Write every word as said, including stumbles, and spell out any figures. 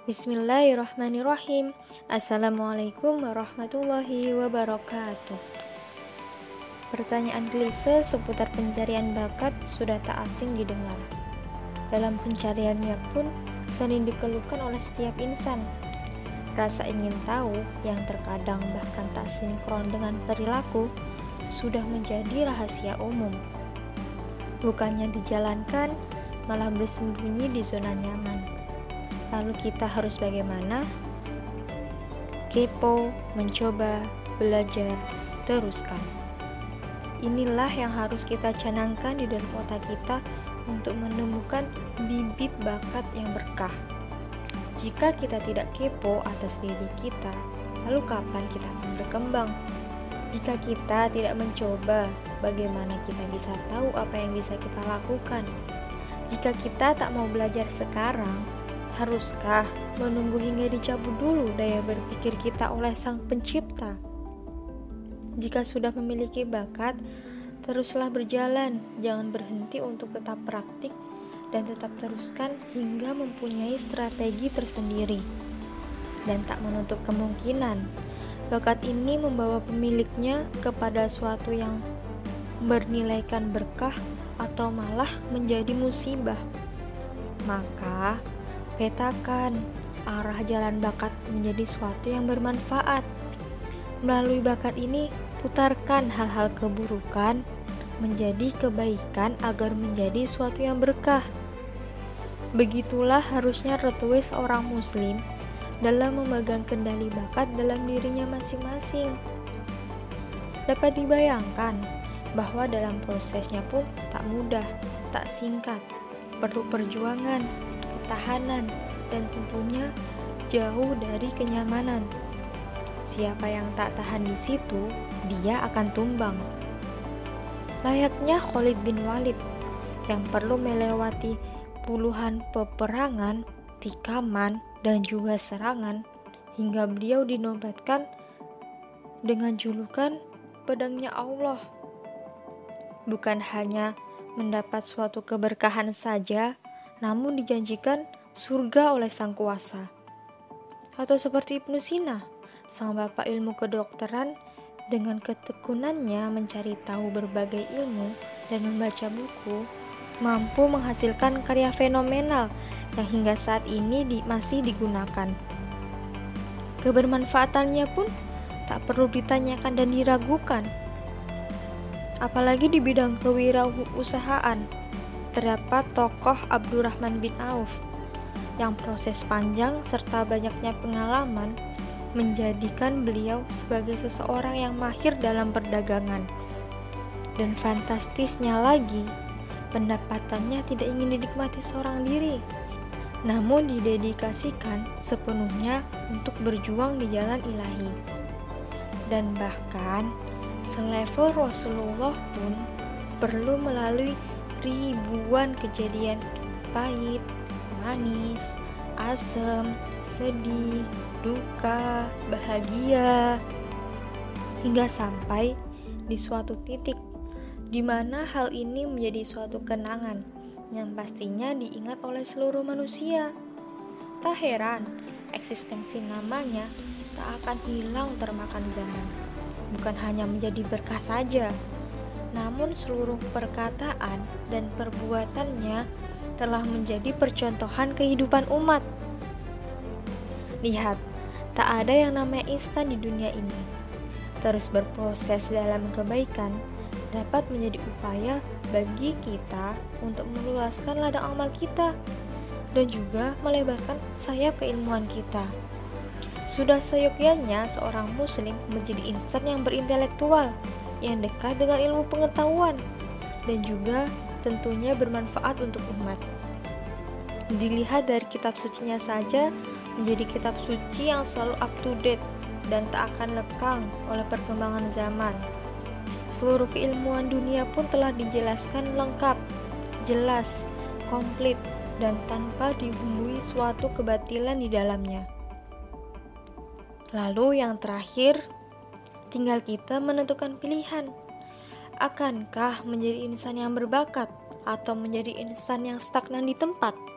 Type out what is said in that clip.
Bismillahirrahmanirrahim. Assalamualaikum warahmatullahi wabarakatuh. Pertanyaan klise seputar pencarian bakat sudah tak asing didengar. Dalam pencariannya pun sering dikeluhkan oleh setiap insan. Rasa ingin tahu yang terkadang bahkan tak sinkron dengan perilaku sudah menjadi rahasia umum. Bukannya dijalankan, malah bersembunyi di zona nyaman. Lalu kita harus bagaimana? Kepo, mencoba, belajar, teruskan. Inilah yang harus kita canangkan di dalam otak kita untuk menemukan bibit bakat yang berkah. Jika kita tidak kepo atas diri kita, lalu kapan kita akan berkembang? Jika kita tidak mencoba, bagaimana kita bisa tahu apa yang bisa kita lakukan? Jika kita tak mau belajar sekarang, haruskah menunggu hingga dicabut dulu daya berpikir kita oleh Sang Pencipta? Jika sudah memiliki bakat, teruslah berjalan, jangan berhenti untuk tetap praktik dan tetap teruskan hingga mempunyai strategi tersendiri. Dan tak menutup kemungkinan, bakat ini membawa pemiliknya kepada suatu yang bernilaikan berkah atau malah menjadi musibah. Maka petakan arah jalan bakat menjadi suatu yang bermanfaat. Melalui bakat ini, putarkan hal-hal keburukan menjadi kebaikan agar menjadi suatu yang berkah. Begitulah harusnya rotwe seorang muslim dalam memegang kendali bakat dalam dirinya masing-masing. Dapat dibayangkan bahwa dalam prosesnya pun tak mudah, tak singkat, perlu perjuangan, ketahanan, dan tentunya jauh dari kenyamanan. Siapa yang tak tahan di situ, dia akan tumbang. Layaknya Khalid bin Walid yang perlu melewati puluhan peperangan, tikaman, dan juga serangan hingga beliau dinobatkan dengan julukan pedangnya Allah. Bukan hanya mendapat suatu keberkahan saja, namun dijanjikan surga oleh Sang Kuasa. Atau seperti Ibnu Sina, sang bapak ilmu kedokteran, dengan ketekunannya mencari tahu berbagai ilmu dan membaca buku, mampu menghasilkan karya fenomenal yang hingga saat ini di, masih digunakan. Kebermanfaatannya pun tak perlu ditanyakan dan diragukan. Apalagi di bidang kewirausahaan, terdapat tokoh Abdurrahman bin Auf yang proses panjang serta banyaknya pengalaman menjadikan beliau sebagai seseorang yang mahir dalam perdagangan. Dan fantastisnya lagi, pendapatannya tidak ingin dinikmati seorang diri, namun didedikasikan sepenuhnya untuk berjuang di jalan ilahi. Dan bahkan selevel Rasulullah pun perlu melalui ribuan kejadian pahit, manis, asam, sedih, duka, bahagia, hingga sampai di suatu titik di mana hal ini menjadi suatu kenangan yang pastinya diingat oleh seluruh manusia. Tak heran eksistensi namanya tak akan hilang termakan zaman. Bukan hanya menjadi berkah saja, namun seluruh perkataan dan perbuatannya telah menjadi percontohan kehidupan umat. Lihat, tak ada yang namanya instan di dunia ini. Terus berproses dalam kebaikan dapat menjadi upaya bagi kita untuk meluaskan ladang amal kita dan juga melebarkan sayap keilmuan kita. Sudah seyogyanya seorang muslim menjadi insan yang berintelektual, yang dekat dengan ilmu pengetahuan, dan juga tentunya bermanfaat untuk umat. Dilihat dari kitab sucinya saja, menjadi kitab suci yang selalu up to date dan tak akan lekang oleh perkembangan zaman. Seluruh keilmuan dunia pun telah dijelaskan lengkap, jelas, komplit, dan tanpa dibumbui suatu kebatilan di dalamnya. Lalu yang terakhir, tinggal kita menentukan pilihan. Akankah menjadi insan yang berbakat atau menjadi insan yang stagnan di tempat?